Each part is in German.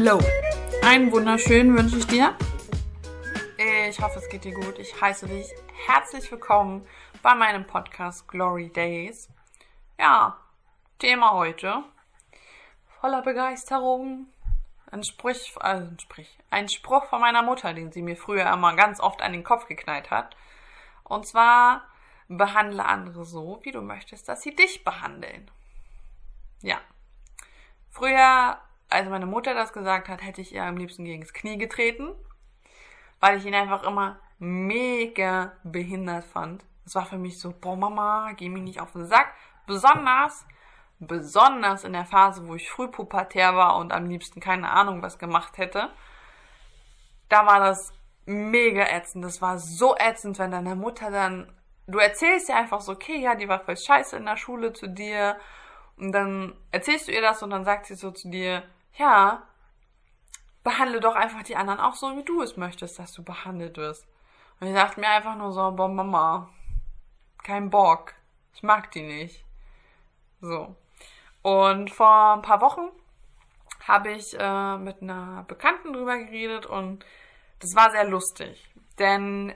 Hallo, einen wunderschönen wünsche ich dir. Ich hoffe, es geht dir gut. Ich heiße dich herzlich willkommen bei meinem Podcast Glory Days. Ja, Thema heute, voller Begeisterung. Ein Spruch von meiner Mutter, den sie mir früher immer ganz oft an den Kopf geknallt hat. Und zwar, behandle andere so, wie du möchtest, dass sie dich behandeln. Ja. Früher, als meine Mutter das gesagt hat, hätte ich ihr am liebsten gegen das Knie getreten, weil ich ihn einfach immer mega behindert fand. Es war für mich so, boah Mama, geh mir nicht auf den Sack. Besonders in der Phase, wo ich frühpubertär war und am liebsten keine Ahnung was gemacht hätte. Da war das mega ätzend. Das war so ätzend, wenn deine Mutter dann, du erzählst ihr einfach so, okay, ja, die war voll scheiße in der Schule zu dir. Und dann erzählst du ihr das und dann sagt sie so zu dir, ja, behandle doch einfach die anderen auch so, wie du es möchtest, dass du behandelt wirst. Und ich dachte mir einfach nur so, boah Mama, kein Bock, ich mag die nicht. So. Und vor ein paar Wochen habe ich mit einer Bekannten drüber geredet und das war sehr lustig. Denn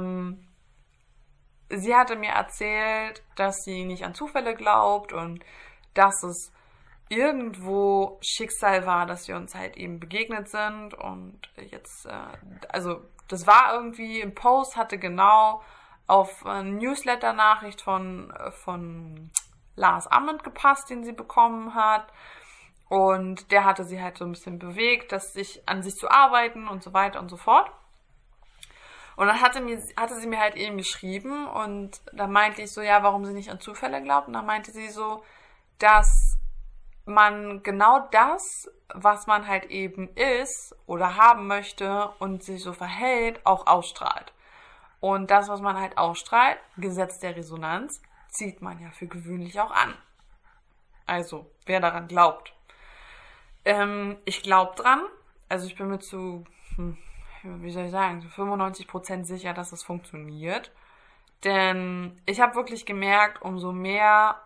sie hatte mir erzählt, dass sie nicht an Zufälle glaubt und dass es irgendwo Schicksal war, dass wir uns halt eben begegnet sind. Und jetzt, das war irgendwie, im Post hatte genau auf eine Newsletter-Nachricht von Lars Ament gepasst, den sie bekommen hat. Und der hatte sie halt so ein bisschen bewegt, an sich zu arbeiten und so weiter und so fort. Und dann hatte sie mir halt eben geschrieben und da meinte ich so, ja, warum sie nicht an Zufälle glaubt. Und dann meinte sie so, dass man genau das, was man halt eben ist oder haben möchte und sich so verhält, auch ausstrahlt. Und das, was man halt ausstrahlt, Gesetz der Resonanz, zieht man ja für gewöhnlich auch an. Also, wer daran glaubt. Ich glaube dran, also ich bin mir zu, wie soll ich sagen, zu 95% sicher, dass es funktioniert. Denn ich habe wirklich gemerkt, umso mehr,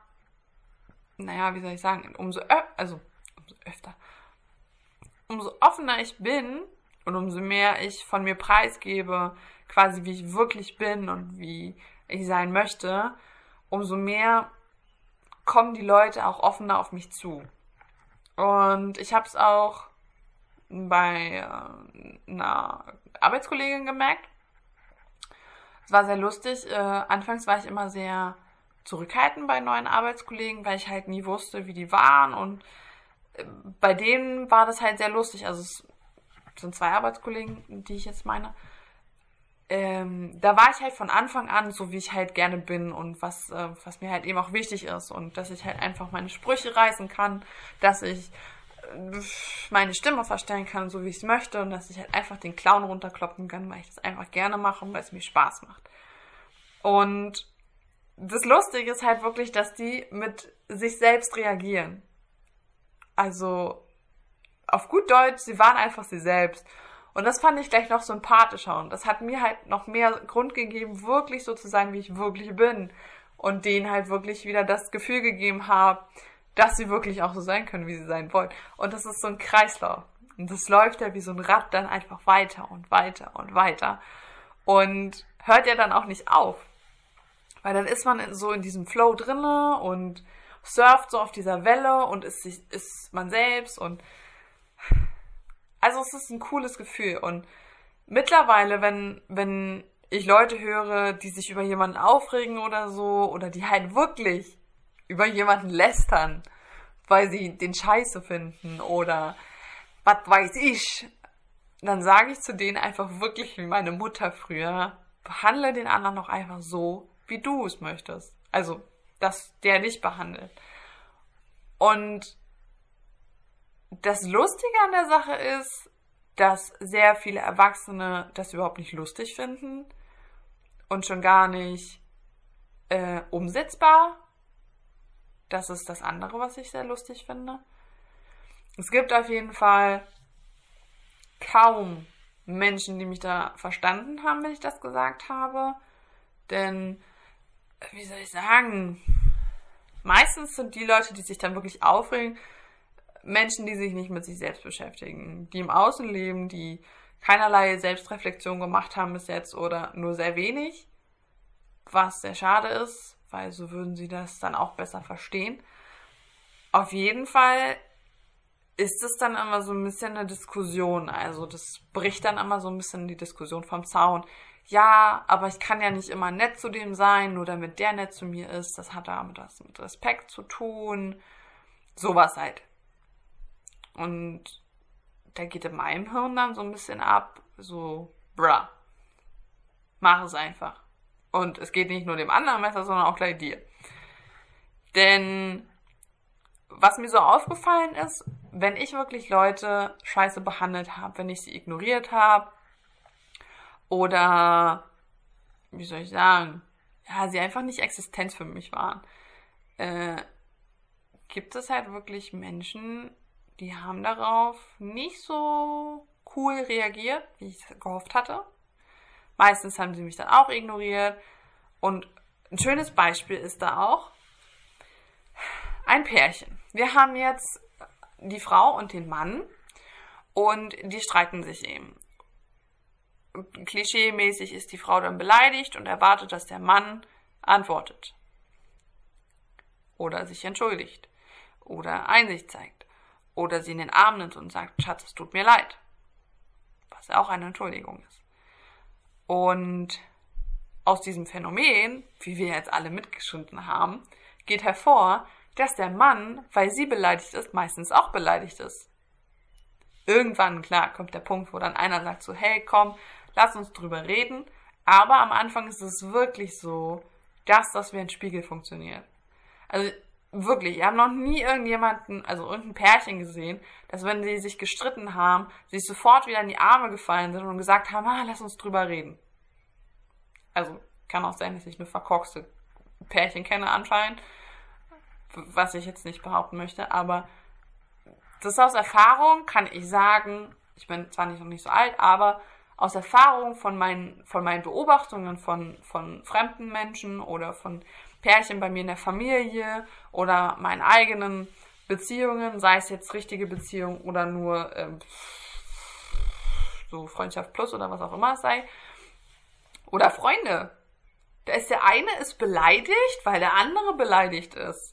umso offener ich bin und umso mehr ich von mir preisgebe, quasi wie ich wirklich bin und wie ich sein möchte, umso mehr kommen die Leute auch offener auf mich zu. Und ich habe es auch bei einer Arbeitskollegin gemerkt. Es war sehr lustig. Anfangs war ich immer sehr zurückhaltend bei neuen Arbeitskollegen, weil ich halt nie wusste, wie die waren. Und bei denen war das halt sehr lustig. Also es sind 2 Arbeitskollegen, die ich jetzt meine. Da war ich halt von Anfang an so, wie ich halt gerne bin und was mir halt eben auch wichtig ist und dass ich halt einfach meine Sprüche reißen kann, dass ich meine Stimme verstellen kann, so wie ich es möchte und dass ich halt einfach den Clown runterkloppen kann, weil ich das einfach gerne mache und weil es mir Spaß macht. Und das Lustige ist halt wirklich, dass die mit sich selbst reagieren. Also auf gut Deutsch, sie waren einfach sie selbst. Und das fand ich gleich noch sympathischer und das hat mir halt noch mehr Grund gegeben, wirklich so zu sein, wie ich wirklich bin. Und denen halt wirklich wieder das Gefühl gegeben habe, dass sie wirklich auch so sein können, wie sie sein wollen. Und das ist so ein Kreislauf. Und das läuft ja wie so ein Rad dann einfach weiter und weiter und weiter. Und hört ja dann auch nicht auf. Weil dann ist man so in diesem Flow drinne und surft so auf dieser Welle und ist man selbst und also es ist ein cooles Gefühl und mittlerweile, wenn ich Leute höre, die sich über jemanden aufregen oder so oder die halt wirklich über jemanden lästern, weil sie den scheiße finden oder was weiß ich, dann sage ich zu denen einfach wirklich wie meine Mutter früher, behandle den anderen doch einfach so, wie du es möchtest. Also, dass der dich behandelt. Und das Lustige an der Sache ist, dass sehr viele Erwachsene das überhaupt nicht lustig finden und schon gar nicht umsetzbar. Das ist das andere, was ich sehr lustig finde. Es gibt auf jeden Fall kaum Menschen, die mich da verstanden haben, wenn ich das gesagt habe. Denn, wie soll ich sagen, meistens sind die Leute, die sich dann wirklich aufregen, Menschen, die sich nicht mit sich selbst beschäftigen, die im Außen leben, die keinerlei Selbstreflexion gemacht haben bis jetzt oder nur sehr wenig, was sehr schade ist, weil so würden sie das dann auch besser verstehen. Auf jeden Fall ist es dann immer so ein bisschen eine Diskussion, also das bricht dann immer so ein bisschen die Diskussion vom Zaun. Ja, aber ich kann ja nicht immer nett zu dem sein, nur damit der nett zu mir ist, das hat damit was mit Respekt zu tun, sowas halt. Und da geht in meinem Hirn dann so ein bisschen ab, so, bruh, mach es einfach. Und es geht nicht nur dem anderen besser, sondern auch gleich dir. Denn was mir so aufgefallen ist, wenn ich wirklich Leute scheiße behandelt habe, wenn ich sie ignoriert habe oder, wie soll ich sagen, ja, sie einfach nicht existent für mich waren, gibt es halt wirklich Menschen, die haben darauf nicht so cool reagiert, wie ich es gehofft hatte. Meistens haben sie mich dann auch ignoriert. Und ein schönes Beispiel ist da auch ein Pärchen. Wir haben jetzt die Frau und den Mann und die streiten sich eben. Klischeemäßig ist die Frau dann beleidigt und erwartet, dass der Mann antwortet. Oder sich entschuldigt. Oder Einsicht zeigt. Oder sie in den Arm nimmt und sagt, Schatz, es tut mir leid. Was ja auch eine Entschuldigung ist. Und aus diesem Phänomen, wie wir jetzt alle mitgeschnitten haben, geht hervor, dass der Mann, weil sie beleidigt ist, meistens auch beleidigt ist. Irgendwann, klar, kommt der Punkt, wo dann einer sagt so, hey, komm, lass uns drüber reden. Aber am Anfang ist es wirklich so, dass das wie ein Spiegel funktioniert. Also wirklich, ich habe noch nie irgendjemanden, also irgendein Pärchen gesehen, dass wenn sie sich gestritten haben, sie sofort wieder in die Arme gefallen sind und gesagt haben, lass uns drüber reden. Also kann auch sein, dass ich eine verkorkste Pärchen kenne anscheinend, was ich jetzt nicht behaupten möchte, aber das aus Erfahrung kann ich sagen, ich bin zwar noch nicht so alt, aber aus Erfahrung von meinen Beobachtungen von fremden Menschen oder von Pärchen bei mir in der Familie oder meinen eigenen Beziehungen, sei es jetzt richtige Beziehungen oder nur so Freundschaft plus oder was auch immer es sei, oder Freunde. Da ist der eine ist beleidigt, weil der andere beleidigt ist.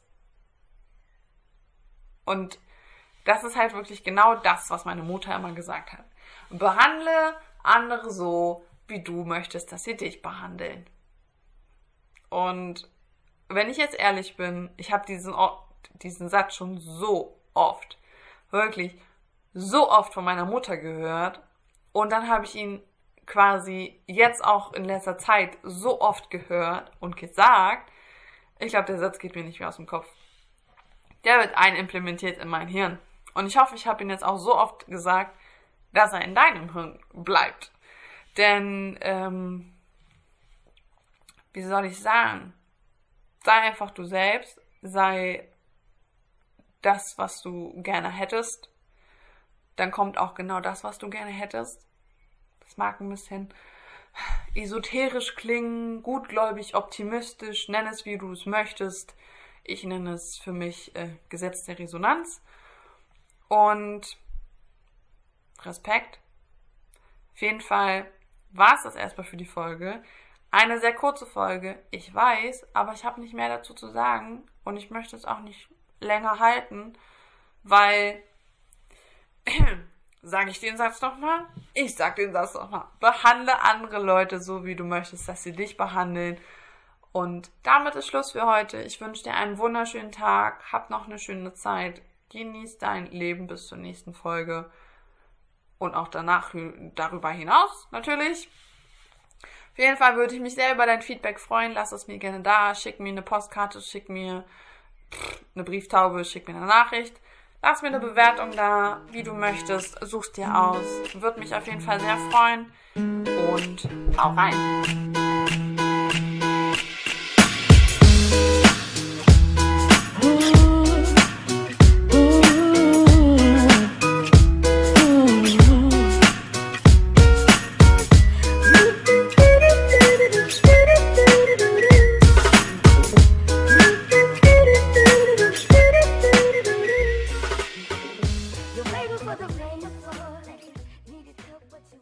Und das ist halt wirklich genau das, was meine Mutter immer gesagt hat. Behandle andere so, wie du möchtest, dass sie dich behandeln. Und wenn ich jetzt ehrlich bin, ich habe diesen Satz schon so oft, wirklich so oft von meiner Mutter gehört. Und dann habe ich ihn quasi jetzt auch in letzter Zeit so oft gehört und gesagt, ich glaube, der Satz geht mir nicht mehr aus dem Kopf. Der wird einimplementiert in mein Hirn. Und ich hoffe, ich habe ihn jetzt auch so oft gesagt, dass er in deinem Hirn bleibt. Denn, wie soll ich sagen? Sei einfach du selbst, sei das, was du gerne hättest. Dann kommt auch genau das, was du gerne hättest. Das mag ein bisschen esoterisch klingen, gutgläubig, optimistisch, nenn es, wie du es möchtest. Ich nenne es für mich Gesetz der Resonanz. Und Respekt. Auf jeden Fall war es das erstmal für die Folge. Eine sehr kurze Folge, ich weiß, aber ich habe nicht mehr dazu zu sagen und ich möchte es auch nicht länger halten, weil, sage ich den Satz nochmal? Ich sag den Satz nochmal. Behandle andere Leute so, wie du möchtest, dass sie dich behandeln. Und damit ist Schluss für heute. Ich wünsche dir einen wunderschönen Tag, hab noch eine schöne Zeit, genieß dein Leben bis zur nächsten Folge und auch darüber hinaus natürlich. Auf jeden Fall würde ich mich sehr über dein Feedback freuen. Lass es mir gerne da. Schick mir eine Postkarte, schick mir eine Brieftaube, schick mir eine Nachricht. Lass mir eine Bewertung da, wie du möchtest. Such's dir aus. Würde mich auf jeden Fall sehr freuen. Und hau rein.